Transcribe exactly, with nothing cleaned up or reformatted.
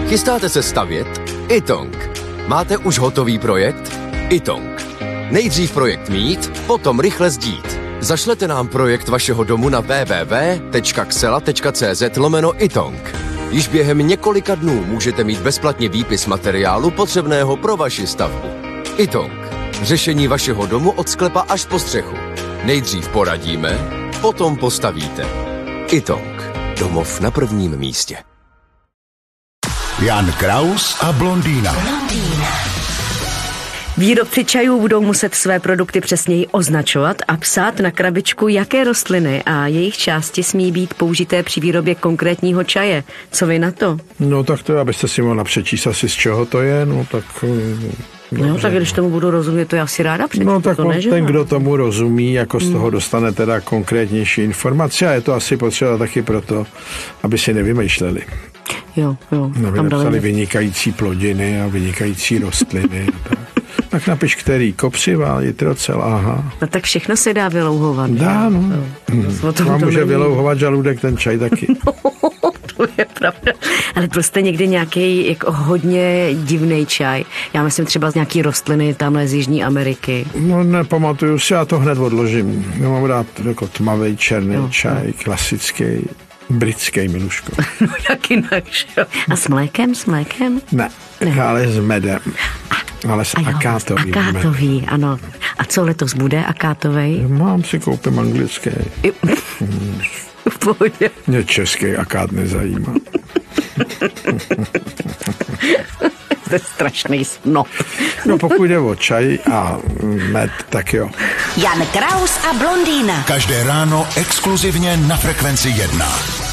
Chystáte se stavět? Itong. Máte už hotový projekt? Itong. Nejdřív projekt mít, potom rychle sdít. Zašlete nám projekt vašeho domu na w w w tečka xela tečka c z lomeno Itong. Již během několika dnů můžete mít bezplatně výpis materiálu potřebného pro vaši stavbu. Itong. Řešení vašeho domu od sklepa až po střechu. Nejdřív poradíme, potom postavíte. Itong. Domov na prvním místě. Jan Kraus a blondýna. Blondýna. Výrobci čajů budou muset své produkty přesněji označovat a psát na krabičku, jaké rostliny a jejich části smí být použité při výrobě konkrétního čaje. Co vy na to? No tak to, abyste si mohla přečíst asi z čeho to je, no tak... Dobře. No tak když tomu budu rozumět, to já si ráda přečtu. No tak to ne, ten, kdo tomu rozumí, jako z toho dostane teda konkrétnější informace a je to asi potřeba taky proto, aby si nevymýšleli. Jo, jo. Aby napsali vynikající plodiny a vynikající rostliny. tak. tak napiš, který kopřiva, jitrocel, aha. No tak všechno se dá vylouhovat. Dá, no. no. Hmm. Vám může není... vylouhovat žaludek ten čaj taky. No, to je pravda. Ale byl jste někdy nějaký jako hodně divný čaj? Já myslím třeba z nějaký rostliny tamhle z Jižní Ameriky. No nepamatuju si, já to hned odložím. Já mám rád jako tmavý černý jo, čaj, jo. klasický. Britský, Miluško. No jak jinak, jo. A s mlékem, s mlékem? Ne, ne. ale s medem. A, ale s akátovým. Akátový, med. Ano. A co letos bude akátovej? Mám si koupím anglický. hmm. V pohodě. Mě český akát nezajímá. To je strašný snob. No pokud jde o čaj a med, tak jo. Jan Kraus a blondýna. Každé ráno exkluzivně na Frekvenci jedna.